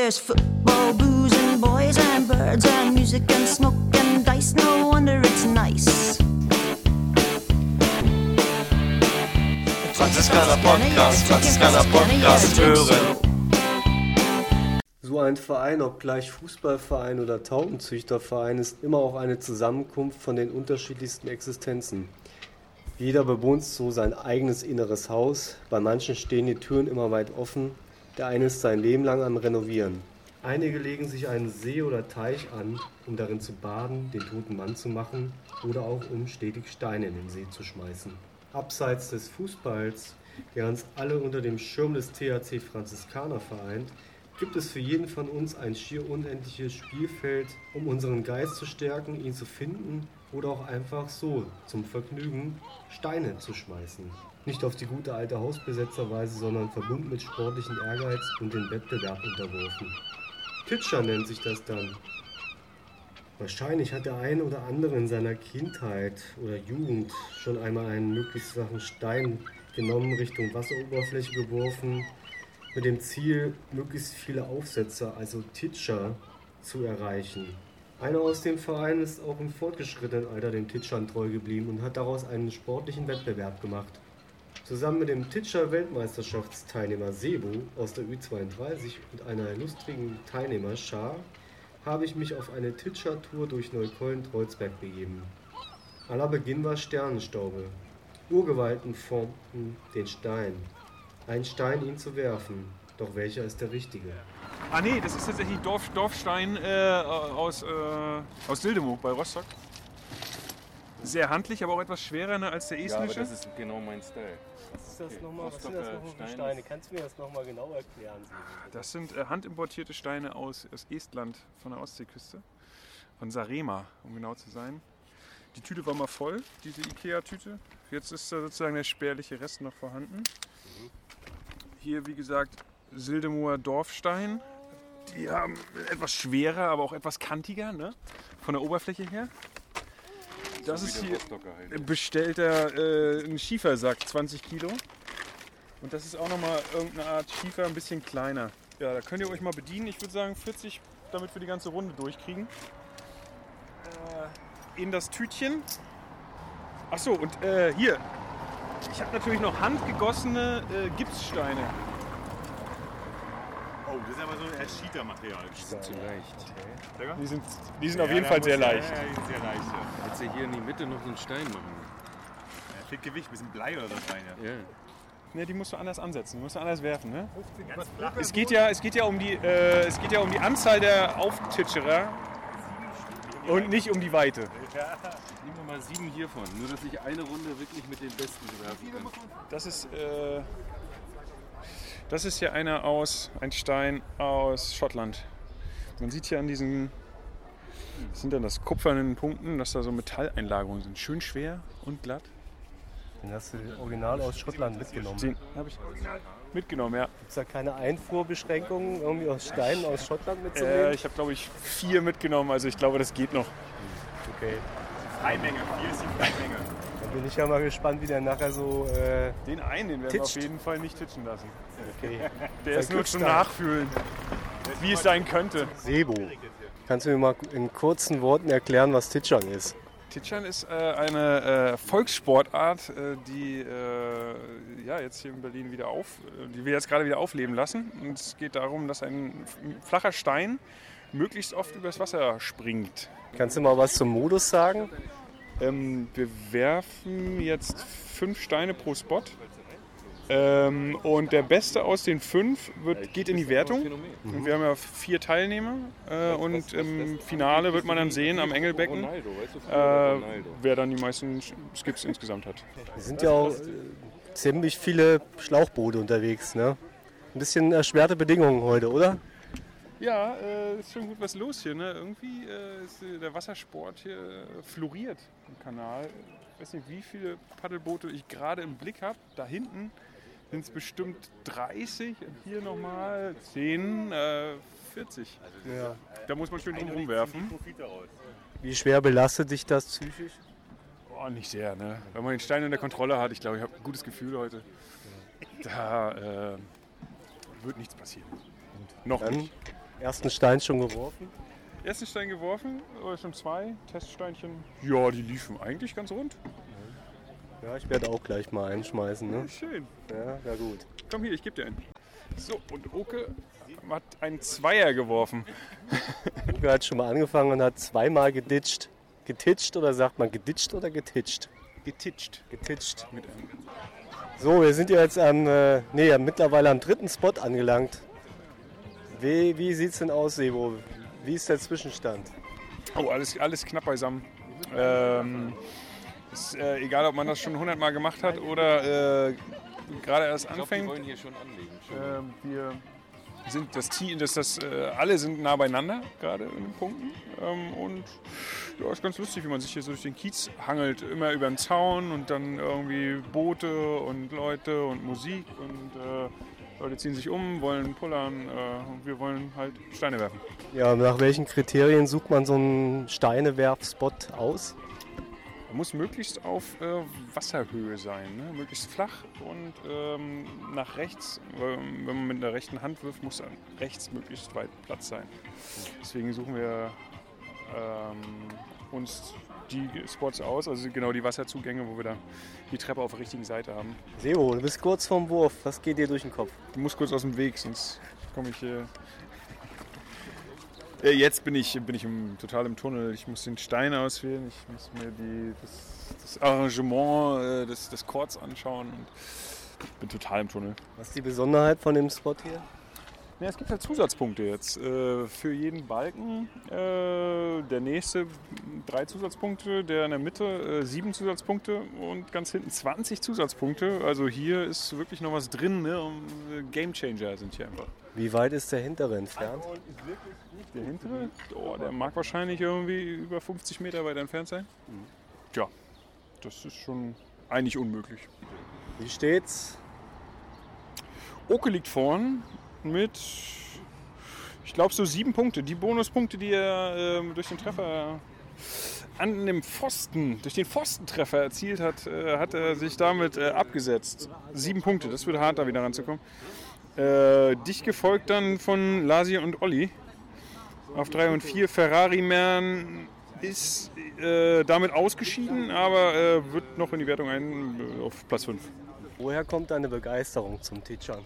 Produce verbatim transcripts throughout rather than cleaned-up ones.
There's football, booze and boys and birds and music and smoke and dice. No wonder it's nice. Franziskaner Podcast, Franziskaner Podcast hören. So ein Verein, ob gleich Fußballverein oder Taubenzüchterverein, ist immer auch eine Zusammenkunft von den unterschiedlichsten Existenzen. Jeder bewohnt so sein eigenes inneres Haus, bei manchen stehen die Türen immer weit offen, der eine ist sein Leben lang am Renovieren. Einige legen sich einen See oder Teich an, um darin zu baden, den toten Mann zu machen oder auch um stetig Steine in den See zu schmeißen. Abseits des Fußballs, der uns alle unter dem Schirm des T H C Franziskaner vereint, gibt es für jeden von uns ein schier unendliches Spielfeld, um unseren Geist zu stärken, ihn zu finden oder auch einfach so, zum Vergnügen, Steine zu schmeißen. Nicht auf die gute alte Hausbesetzerweise, sondern verbunden mit sportlichem Ehrgeiz und dem Wettbewerb unterworfen. Titscher nennt sich das dann. Wahrscheinlich hat der ein oder andere in seiner Kindheit oder Jugend schon einmal einen möglichst flachen Stein genommen, Richtung Wasseroberfläche geworfen, mit dem Ziel, möglichst viele Aufsätze, also Titscher, zu erreichen. Einer aus dem Verein ist auch im fortgeschrittenen Alter den Titschern treu geblieben und hat daraus einen sportlichen Wettbewerb gemacht. Zusammen mit dem Titscher-Weltmeisterschaftsteilnehmer Sebo aus der Ü zweiunddreißig und einer illustrigen Teilnehmerschar habe ich mich auf eine Titscher-Tour durch Neukölln-Kreuzberg begeben. Aller Beginn war Sternenstaube. Urgewalten formten den Stein. Ein Stein, ihn zu werfen. Doch welcher ist der richtige? Ah nee, das ist tatsächlich Dorf, Dorfstein äh, aus, äh, aus Sildemow bei Rostock. Sehr handlich, aber auch etwas schwerer, ne, als der estnische. Ja, aber das ist genau mein Style. Was ist das Okay. nochmal? Was sind das nochmal für Steine. Steine? Kannst du mir das nochmal genau erklären? Das sind äh, handimportierte Steine aus, aus Estland, von der Ostseeküste. Von Saaremaa, um genau zu sein. Die Tüte war mal voll, diese Ikea-Tüte. Jetzt ist da sozusagen der spärliche Rest noch vorhanden. Hier, wie gesagt, Sildemower Dorfstein. Die haben etwas schwerer, aber auch etwas kantiger, ne? Von der Oberfläche her. Das ist hier bestellter äh, ein Schiefersack, zwanzig Kilo. Und das ist auch nochmal irgendeine Art Schiefer, ein bisschen kleiner. Ja, da könnt ihr euch mal bedienen. Ich würde sagen vierzig, damit wir die ganze Runde durchkriegen. Äh, in das Tütchen. Achso, und äh, hier. Ich habe natürlich noch handgegossene äh, Gipssteine. Oh, das ist aber so ein Cheater-Material. Die sind zu leicht. Die sind, die sind auf jeden Fall sehr leicht. Ja, die sind sehr leicht. Ja. Willst du hier in die Mitte noch so einen Stein machen? Ja, viel Gewicht, ein bisschen Blei oder so rein. Ja. Ja. Ne, die musst du anders ansetzen, die musst du anders werfen. Ne? Ganz flach. Es, geht ja, es, geht ja um die, äh, es geht ja um die Anzahl der Auftitscherer und nicht um die Weite. Nehmen wir mal sieben hiervon, nur dass ich eine Runde wirklich mit den Besten werfen kann. Das ist, äh, das ist hier einer aus, ein Stein aus Schottland. Man sieht hier an diesen, was sind denn das, kupfernen Punkten, dass da so Metalleinlagerungen sind. Schön schwer und glatt. Den hast du original aus Schottland mitgenommen. Den habe ich mitgenommen, ja. Gibt es da keine Einfuhrbeschränkungen, irgendwie aus Steinen aus Schottland Äh, mitzunehmen? ich habe, glaube ich, vier mitgenommen, also ich glaube, das geht noch. Okay. Freimenge, viel ist die Freimenge. Dann bin ich ja mal gespannt, wie der nachher so... Äh, Den einen, den werden wir auf Titscht. jeden Fall nicht titschen lassen. okay. Der ist nur zum Glücksstein. Nachfühlen, wie es sein könnte. Sebo, kannst du mir mal in kurzen Worten erklären, was Titschern ist? Titschern ist äh, eine äh, Volkssportart, äh, die äh, ja, jetzt hier in Berlin wieder auf, äh, die wir jetzt gerade wieder aufleben lassen. Und es geht darum, dass ein flacher Stein möglichst oft übers Wasser springt. Kannst du mal was zum Modus sagen? Ähm, wir werfen jetzt fünf Steine pro Spot. Ähm, und der Beste aus den fünf wird, geht in die Wertung. Und wir haben ja vier Teilnehmer. Äh, und im Finale wird man dann sehen am Engelbecken, äh, wer dann die meisten Skips insgesamt hat. Es sind ja auch äh, ziemlich viele Schlauchboote unterwegs, ne? Ein bisschen erschwerte Bedingungen heute, oder? Ja, äh, ist schon gut was los hier. Ne? Irgendwie äh, ist äh, der Wassersport hier äh, floriert im Kanal. Ich weiß nicht, wie viele Paddelboote ich gerade im Blick habe. Da hinten sind es bestimmt dreißig und hier nochmal zehn, äh, vierzig. Ja. Da muss man schön drum rumwerfen. Wie schwer belastet dich das psychisch? Oh, nicht sehr, ne? Wenn man den Stein unter Kontrolle hat, ich glaube, ich habe ein gutes Gefühl heute. Da äh, wird nichts passieren. Noch Dann nicht. Ersten Stein schon geworfen? Ersten Stein geworfen, oder schon zwei Teststeinchen. Ja, die liefen eigentlich ganz rund. Ja, ich werde auch gleich mal einschmeißen, ne? Schön. Ja, na gut. Komm hier, ich gebe dir einen. So, und Oke hat einen Zweier geworfen. Uwe hat schon mal angefangen und hat zweimal geditscht. Getitscht oder sagt man geditscht oder getitscht? Getitscht. Getitscht. Mit einem. So, wir sind jetzt am, äh, nee, mittlerweile am dritten Spot angelangt. Wie, wie sieht's denn aus, Sebo? Wie ist der Zwischenstand? Oh, alles, alles knapp beisammen. Ähm, ist, äh, egal, ob man das schon hundertmal gemacht hat oder äh, gerade erst Ich glaube, die anfängt. wollen hier schon anlegen. Schon. Ähm, wir sind das Team, das, das, äh, alle sind nah beieinander, gerade in den Punkten. Ähm, und ja, ist ganz lustig, wie man sich hier so durch den Kiez hangelt. Immer über den Zaun und dann irgendwie Boote und Leute und Musik. Und äh, Leute ziehen sich um, wollen pullern äh, und wir wollen halt Steine werfen. Ja, nach welchen Kriterien sucht man so einen Steinewerfspot aus? Man muss möglichst auf äh, Wasserhöhe sein, ne? Möglichst flach und ähm, nach rechts, ähm, wenn man mit der rechten Hand wirft, muss dann rechts möglichst weit Platz sein. Deswegen suchen wir ähm, uns die Spots aus, also genau die Wasserzugänge, wo wir dann die Treppe auf der richtigen Seite haben. Sebo, du bist kurz vorm Wurf. Was geht dir durch den Kopf? Du musst kurz aus dem Weg, sonst komme ich hier. Äh, jetzt bin ich, bin ich im, total im Tunnel. Ich muss den Stein auswählen, ich muss mir die, das, das Arrangement äh, des, des Chords anschauen und bin total im Tunnel. Was ist die Besonderheit von dem Spot hier? Ja, es gibt halt Zusatzpunkte jetzt äh, für jeden Balken. Äh, der nächste drei Zusatzpunkte, der in der Mitte äh, sieben Zusatzpunkte und ganz hinten zwanzig Zusatzpunkte. Also hier ist wirklich noch was drin, ne? Und, äh, Gamechanger sind hier einfach. Wie weit ist der hintere entfernt? Der hintere, oh, der mag wahrscheinlich irgendwie über fünfzig Meter weit entfernt sein. Tja, das ist schon eigentlich unmöglich. Wie steht's? Oke liegt vorn mit, ich glaube, so sieben Punkte. Die Bonuspunkte, die er äh, durch den Treffer an dem Pfosten, durch den Pfostentreffer erzielt hat, äh, hat er sich damit äh, abgesetzt. Sieben Punkte, das wird hart, da wieder ranzukommen. Äh, dicht gefolgt dann von Lasi und Olli. Auf drei und vier. Ferrari Man ist äh, damit ausgeschieden, aber äh, wird noch in die Wertung ein äh, auf Platz fünf. Woher kommt deine Begeisterung zum Titschern?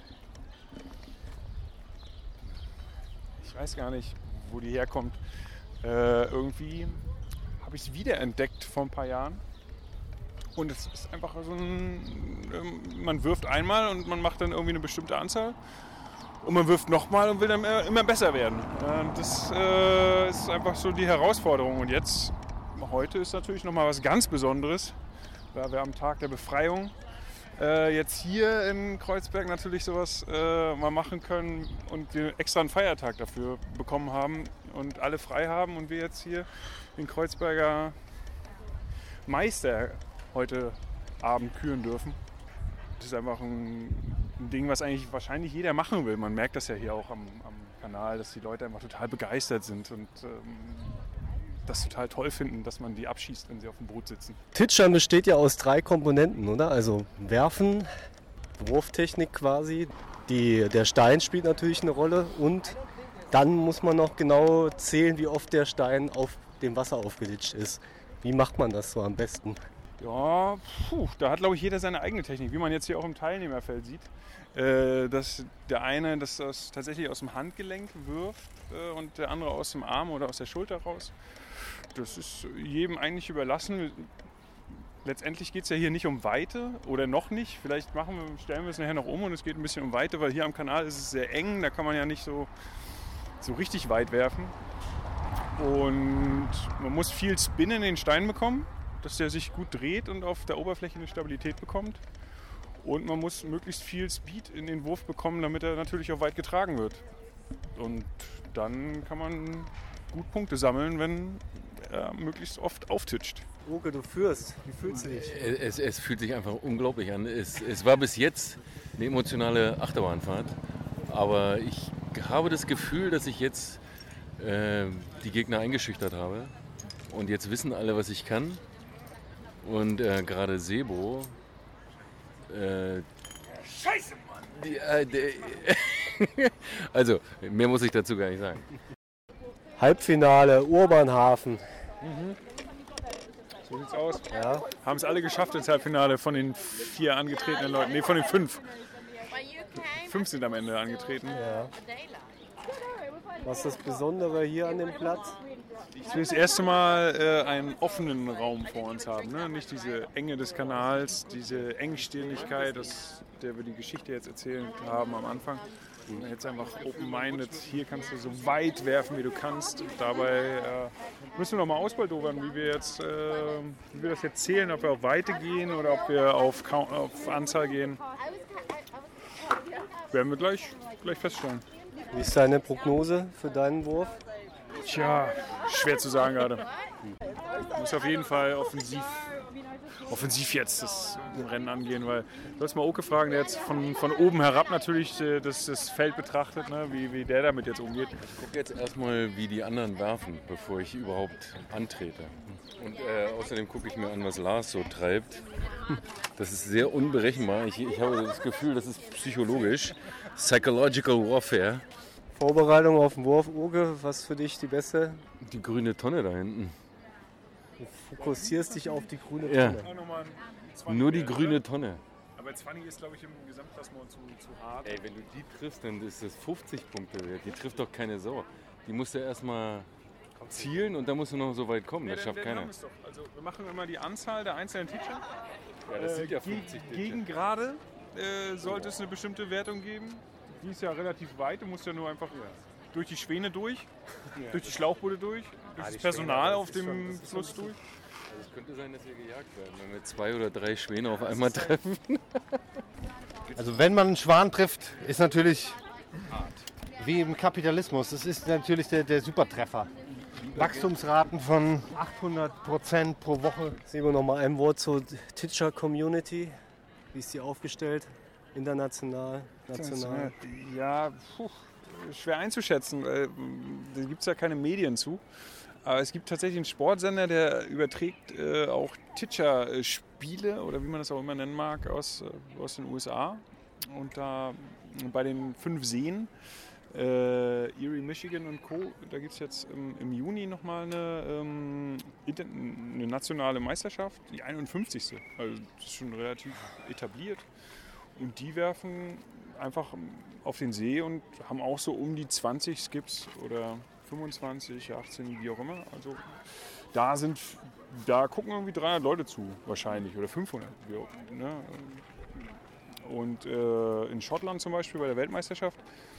Ich weiß gar nicht, wo die herkommt. Äh, irgendwie habe ich es wiederentdeckt vor ein paar Jahren. Und es ist einfach so ein, ähm, man wirft einmal und man macht dann irgendwie eine bestimmte Anzahl. Und man wirft nochmal und will dann immer, immer besser werden. Und das äh, ist einfach so die Herausforderung. Und jetzt, heute ist natürlich nochmal was ganz Besonderes, da wir am Tag der Befreiung äh, jetzt hier in Kreuzberg natürlich sowas äh, mal machen können und wir extra einen Feiertag dafür bekommen haben und alle frei haben und wir jetzt hier den Kreuzberger Meister heute Abend küren dürfen. Das ist einfach ein, ein Ding, was eigentlich wahrscheinlich jeder machen will. Man merkt das ja hier auch am, am Kanal, dass die Leute einfach total begeistert sind und ähm, das total toll finden, dass man die abschießt, wenn sie auf dem Boot sitzen. Titschern besteht ja aus drei Komponenten, oder? Also Werfen, Wurftechnik quasi, die, der Stein spielt natürlich eine Rolle und dann muss man noch genau zählen, wie oft der Stein auf dem Wasser aufgeditscht ist. Wie macht man das so am besten? Ja, puh, da hat, glaube ich, jeder seine eigene Technik, wie man jetzt hier auch im Teilnehmerfeld sieht. Äh, dass der eine das, das tatsächlich aus dem Handgelenk wirft äh, und der andere aus dem Arm oder aus der Schulter raus. Das ist jedem eigentlich überlassen. Letztendlich geht es ja hier nicht um Weite oder noch nicht. Vielleicht machen wir, stellen wir es nachher noch um und es geht ein bisschen um Weite, weil hier am Kanal ist es sehr eng, da kann man ja nicht so, so richtig weit werfen. Und man muss viel Spin in den Stein bekommen, dass der sich gut dreht und auf der Oberfläche eine Stabilität bekommt. Und man muss möglichst viel Speed in den Wurf bekommen, damit er natürlich auch weit getragen wird. Und dann kann man gut Punkte sammeln, wenn er möglichst oft auftitscht. Oke, du führst. Wie fühlst du dich? Es, es fühlt sich einfach unglaublich an. Es, es war bis jetzt eine emotionale Achterbahnfahrt. Aber ich habe das Gefühl, dass ich jetzt äh, die Gegner eingeschüchtert habe. Und jetzt wissen alle, was ich kann. Und äh, gerade Sebo... Äh, Scheiße, Mann! die, äh, der, Also, mehr muss ich dazu gar nicht sagen. Halbfinale, Urbanhafen. So sieht's aus. Ja. Haben es alle geschafft ins Halbfinale von den vier angetretenen Leuten. Nee, von den fünf. Fünf sind am Ende angetreten. Ja. Was ist das Besondere hier an dem Platz? Dass wir das erste Mal äh, einen offenen Raum vor uns haben. Ne? Nicht diese Enge des Kanals, diese Engstirnigkeit, das, der wir die Geschichte jetzt erzählt haben am Anfang. Jetzt einfach open-minded. Hier kannst du so weit werfen, wie du kannst. Dabei äh, müssen wir noch mal ausbaldowern, wie wir jetzt, äh, wie wir das jetzt zählen, ob wir auf Weite gehen oder ob wir auf, Count, auf Anzahl gehen. Werden wir gleich, gleich feststellen. Wie ist deine Prognose für deinen Wurf? Tja, schwer zu sagen gerade. Muss auf jeden Fall offensiv, offensiv jetzt das Rennen angehen, weil du hast mal Oke fragen, der jetzt von, von oben herab natürlich äh, das, das Feld betrachtet, ne, wie, wie der damit jetzt umgeht. Ich gucke jetzt erstmal, wie die anderen werfen, bevor ich überhaupt antrete. Und äh, außerdem gucke ich mir an, was Lars so treibt. Das ist sehr unberechenbar. Ich, ich habe das Gefühl, das ist psychologisch. Psychological Warfare. Vorbereitung auf den Wurf, Uge, was für dich die beste? Die grüne Tonne da hinten. Du fokussierst dich auf die grüne Ja. Tonne. Auch nochmal ein zwanzig, Nur die oder? grüne Tonne. Aber zwanzig ist, glaube ich, im Gesamtklassement zu, zu hart. Ey, wenn du die triffst, dann ist das fünfzig Punkte wert. Die trifft doch keine Sau. Die musst du erstmal zielen und dann musst du noch so weit kommen. Ja, Das dann- schafft dann keiner. haben wir's doch. Also wir machen immer die Anzahl der einzelnen Teacher. Ja, das sind ja Äh, ge- fünfzig Ditcher. Gegen gerade äh, sollte es eine bestimmte Wertung geben. Die ist ja relativ weit. Du musst ja nur einfach durch die Schwäne durch, durch die Schlauchboote durch, durch das die Personal Schwäne, auf das ist dem schon- das ist schon Fluss durch. Also es könnte sein, dass wir gejagt werden, wenn wir zwei oder drei Schwäne auf einmal treffen. Also wenn man einen Schwan trifft, ist natürlich wie im Kapitalismus. Das ist natürlich der, der Supertreffer. Wachstumsraten von achthundert Prozent pro Woche. Simon, noch mal ein Wort zur Teacher Community. Wie ist die aufgestellt? International, national? Ja, puh, schwer einzuschätzen. Äh, Da gibt es ja keine Medien zu. Aber es gibt tatsächlich einen Sportsender, der überträgt äh, auch Teacher-Spiele oder wie man das auch immer nennen mag aus, äh, aus den U S A. Und da bei den fünf Seen, äh, Erie, Michigan und Co., da gibt es jetzt im, im Juni nochmal eine, ähm, inter- eine nationale Meisterschaft, die einundfünfzigste. Also das ist schon relativ etabliert. Und die werfen einfach auf den See und haben auch so um die zwanzig Skips oder fünfundzwanzig, achtzehn, wie auch immer. Also da sind, da gucken irgendwie dreihundert Leute zu, wahrscheinlich, oder fünfhundert. Wie auch, ne? Und äh, in Schottland zum Beispiel bei der Weltmeisterschaft,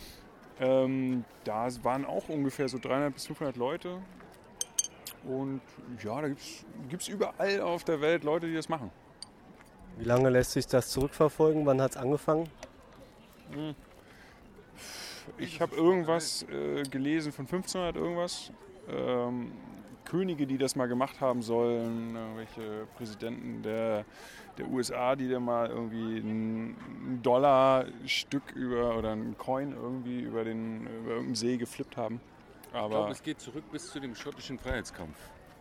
ähm, da waren auch ungefähr so dreihundert bis fünfhundert Leute. Und ja, da gibt es überall auf der Welt Leute, die das machen. Wie lange lässt sich das zurückverfolgen? Wann hat es angefangen? Ich habe irgendwas äh, gelesen von fünfzehnhundert irgendwas. Ähm, Könige, die das mal gemacht haben sollen, irgendwelche Präsidenten der, der U S A, die da mal irgendwie ein Dollarstück über oder ein Coin irgendwie über den über irgendeinen See geflippt haben. Ich Aber glaube, es geht zurück bis zu dem schottischen Freiheitskampf.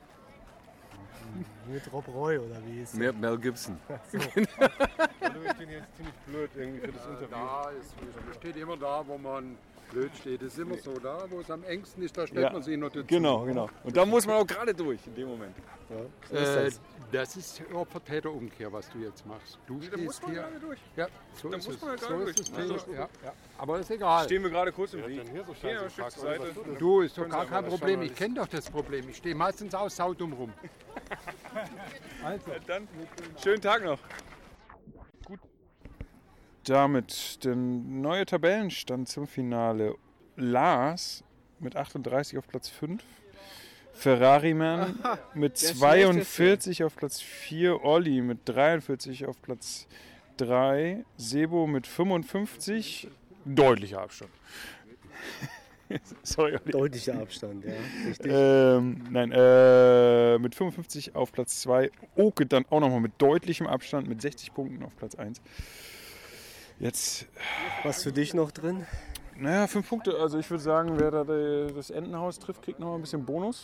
Mit Rob Roy oder wie ist Mel Mel Gibson. Ich bin jetzt ziemlich blöd irgendwie für das Interview. Da ist, man steht immer da, wo man blöd steht. Das ist immer so da, wo es am engsten ist, da stellt Ja, man sich noch dazu. genau, genau. Und da muss man auch gerade durch in dem Moment. So ist Äh, das. das ist Opfer-Täter-Umkehr, was du jetzt machst. Du Da stehst muss man hier. gerade durch. Ja, so Da ist muss es. man ja So gerade ist durch. es. Also- ja, ja. Aber ist egal. Stehen wir gerade kurz im Weg. Hier so Gehen wir ein Stück zur Seite. Du, ist doch Können gar Sie kein aber das Problem. schon Ich kenne doch das Problem. Ich stehe meistens auch saudumm rum. Ja, dann schönen Tag noch. Gut. Damit der neue Tabellenstand zum Finale. Lars mit achtunddreißig auf Platz fünf. Ferrari-Man mit zweiundvierzig auf Platz vier. Olli mit dreiundvierzig auf Platz drei. Sebo mit fünfundfünfzig. Deutlicher Abstand. Sorry, Olli. Deutlicher Abstand, ja. Richtig. Ähm, nein, äh, mit fünfundfünfzig auf Platz zwei. Oke dann auch nochmal mit deutlichem Abstand mit sechzig Punkten auf Platz eins. Jetzt, Was für dich noch drin? naja, fünf Punkte. Also ich würde sagen, wer da die, das Entenhaus trifft, kriegt noch ein bisschen Bonus.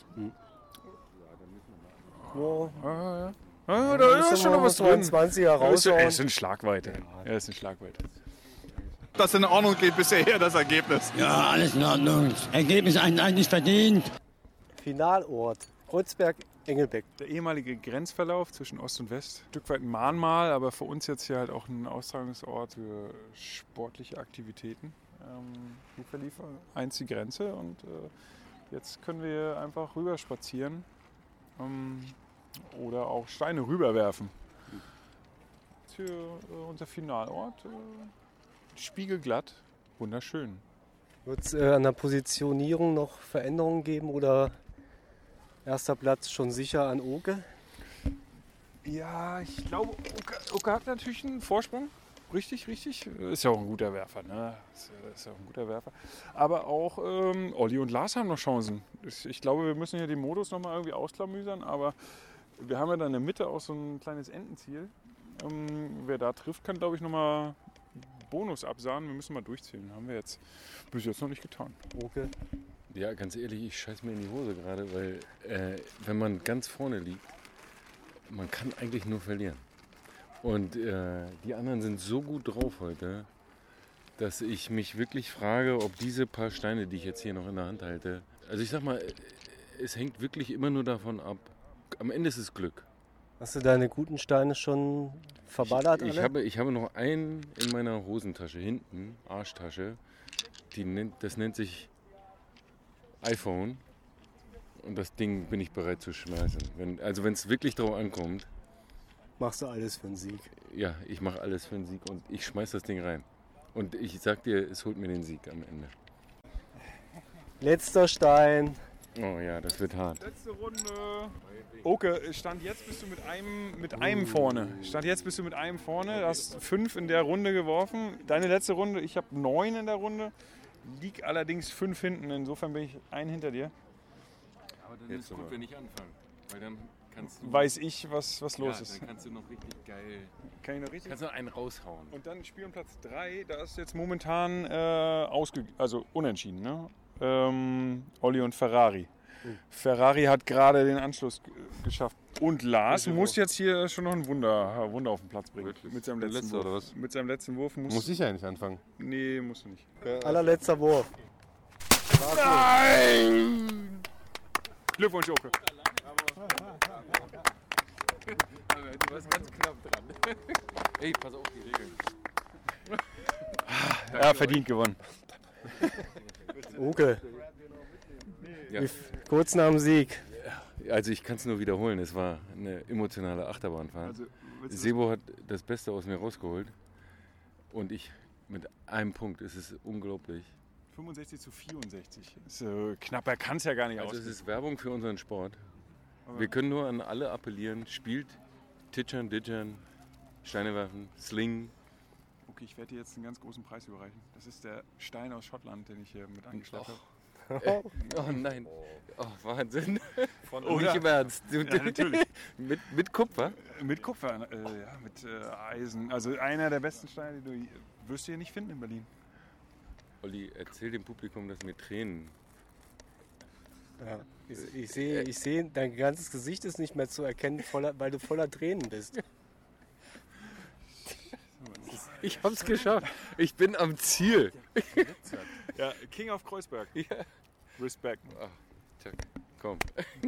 Ja, Ah, ja. Ah, da ist schon noch was drin. zwanziger Er ist, er raushauen. ist in Schlagweite. Er ist in Schlagweite. das in Ordnung geht bisher, das Ergebnis. Ja, alles in Ordnung. Ergebnis eigentlich verdient. Finalort Kreuzberg-Engelbeck. Der ehemalige Grenzverlauf zwischen Ost und West. Ein Stück weit ein Mahnmal, aber für uns jetzt hier halt auch ein Austragungsort für sportliche Aktivitäten. Ähm, hier verlief einst die Grenze und äh, jetzt können wir einfach rüber spazieren ähm, oder auch Steine rüberwerfen. Jetzt hier äh, unser Finalort. Äh, spiegelglatt, wunderschön. Wird es äh, an der Positionierung noch Veränderungen geben oder erster Platz schon sicher an Oke? Ja, ich glaube, Oke, Oke hat natürlich einen Vorsprung. Richtig, richtig. Ist ja auch ein guter Werfer, ne? Ist, ist ja auch ein guter Werfer. Aber auch ähm, Olli und Lars haben noch Chancen. Ich, ich glaube, wir müssen hier den Modus noch mal irgendwie ausklamüsern, aber wir haben ja dann in der Mitte auch so ein kleines Endenziel. Ähm, wer da trifft, kann, glaube ich, noch mal Bonus absahnen. Wir müssen mal durchzählen. Haben wir jetzt bis jetzt noch nicht getan. Okay. Ja, ganz ehrlich, ich scheiß mir in die Hose gerade, weil äh, wenn man ganz vorne liegt, man kann eigentlich nur verlieren. Und äh, die anderen sind so gut drauf heute, dass ich mich wirklich frage, ob diese paar Steine, die ich jetzt hier noch in der Hand halte, also ich sag mal, es hängt wirklich immer nur davon ab. Am Ende ist es Glück. Hast du deine guten Steine schon verballert? Ich, ich, alle? habe, ich habe noch einen in meiner Hosentasche hinten, Arschtasche. Die nennt, das nennt sich iPhone. Und das Ding bin ich bereit zu schmeißen. Wenn, also wenn es wirklich drauf ankommt. Machst du alles für den Sieg? Ja, ich mache alles für den Sieg und ich schmeiß das Ding rein. Und ich sag dir, es holt mir den Sieg am Ende. Letzter Stein. Oh ja, das wird hart. Letzte Runde. Oke, Stand jetzt bist du mit einem, mit einem vorne. Stand jetzt bist du mit einem vorne. Du hast fünf in der Runde geworfen. Deine letzte Runde, ich habe neun in der Runde. Lieg allerdings fünf hinten. Insofern bin ich ein hinter dir. Aber dann ist gut, wenn ich anfange. Weil dann kannst du. Weiß ich, was, was los ja, ist. Dann kannst du noch richtig geil. Kann ich noch richtig? Kannst du einen raushauen. Und dann Spielplatz drei, da ist jetzt momentan äh, ausge also unentschieden. Ne? Ähm, Olli und Ferrari. Mhm. Ferrari hat gerade den Anschluss g- geschafft. Und Lars muss jetzt hier schon noch ein Wunder, Wunder auf den Platz bringen. Wirklich? Mit seinem Der letzten letzte, Wurf. oder was? Mit seinem letzten Wurf muss. Muss ich ja nicht anfangen. Nee, musst du nicht. Allerletzter Wurf. Nein! Glückwunsch, Oke. Du warst ganz knapp dran. Ey, pass auf die Regeln. Ja, verdient gewonnen. Oke. Ja. Kurz nach dem Sieg. Also ich kann es nur wiederholen, es war eine emotionale Achterbahnfahrt. Also, Sebo hat das Beste aus mir rausgeholt und ich mit einem Punkt, es ist unglaublich. fünfundsechzig zu vierundsechzig. Ist, äh, knapper kann es ja gar nicht Also es ausgehen. ist Werbung für unseren Sport. Wir können nur an alle appellieren, spielt Titschern, Ditschern, Steine werfen, Sling. Okay, ich werde dir jetzt einen ganz großen Preis überreichen. Das ist der Stein aus Schottland, den ich hier mit angeschleppt habe. Äh, oh nein, oh, Wahnsinn. Von Nicht im Ernst. Ja, natürlich. mit, mit Kupfer? Mit Kupfer, äh, ja, mit äh, Eisen. Also einer der besten Steine, die du wirst du hier nicht finden in Berlin. Olli, erzähl dem Publikum, dass mir Tränen. Ja. Ich, ich sehe, ich sehe, dein ganzes Gesicht ist nicht mehr zu erkennen, voller, weil du voller Tränen bist. Ich hab's geschafft. Ich bin am Ziel. Ja, King of Kreuzberg. Ja. Respekt. Ach, tja, komm.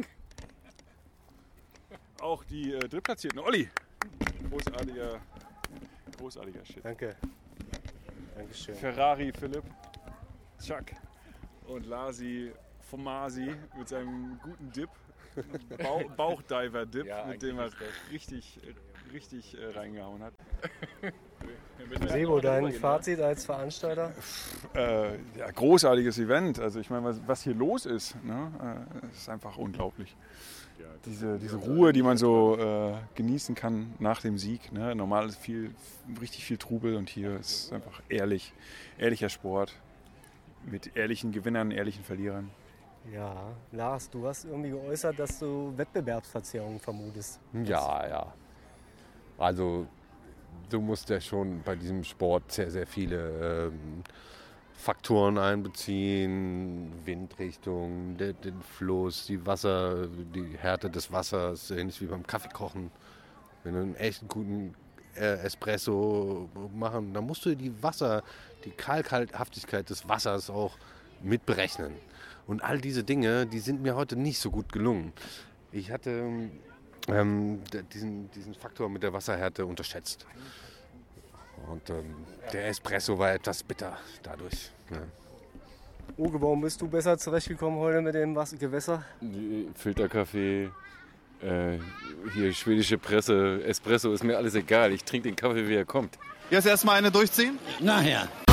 Auch die äh, Drittplatzierten. Olli. Großartiger, großartiger Shit. Danke. Dankeschön. Ferrari Philipp. Chuck. Und Lasi Fomasi mit seinem guten Dip. Bauch, Bauchdiver-Dip, Ja, mit dem er eigentlich ist richtig, richtig äh, reingehauen hat. Sebo, dein Fazit als Veranstalter? Äh, ja, großartiges Event. Also ich meine, was, was hier los ist, ne, äh, ist einfach unglaublich. Diese, diese Ruhe, die man so äh, genießen kann nach dem Sieg. Ne? Normal ist viel, richtig viel Trubel und hier ist einfach ehrlich, ehrlicher Sport mit ehrlichen Gewinnern, ehrlichen Verlierern. Ja, Lars, du hast irgendwie geäußert, dass du Wettbewerbsverzerrungen vermutest. Ja, ja. Also du musst ja schon bei diesem Sport sehr, sehr viele ähm, Faktoren einbeziehen. Windrichtung, der, den Fluss, die Wasser, die Härte des Wassers, ähnlich wie beim Kaffeekochen. Wenn du einen echt guten, Espresso machen, dann musst du die Wasser, die Kalkhaftigkeit des Wassers auch mit berechnen. Und all diese Dinge, die sind mir heute nicht so gut gelungen. Ich hatte ähm, diesen, diesen Faktor mit der Wasserhärte unterschätzt. Und ähm, der Espresso war etwas bitter dadurch. Ja. Uwe, warum bist du besser zurechtgekommen heute mit dem Wasser- Gewässer? Filterkaffee, äh, hier schwedische Presse, Espresso, ist mir alles egal. Ich trinke den Kaffee, wie er kommt. Jetzt erstmal eine durchziehen? Nachher.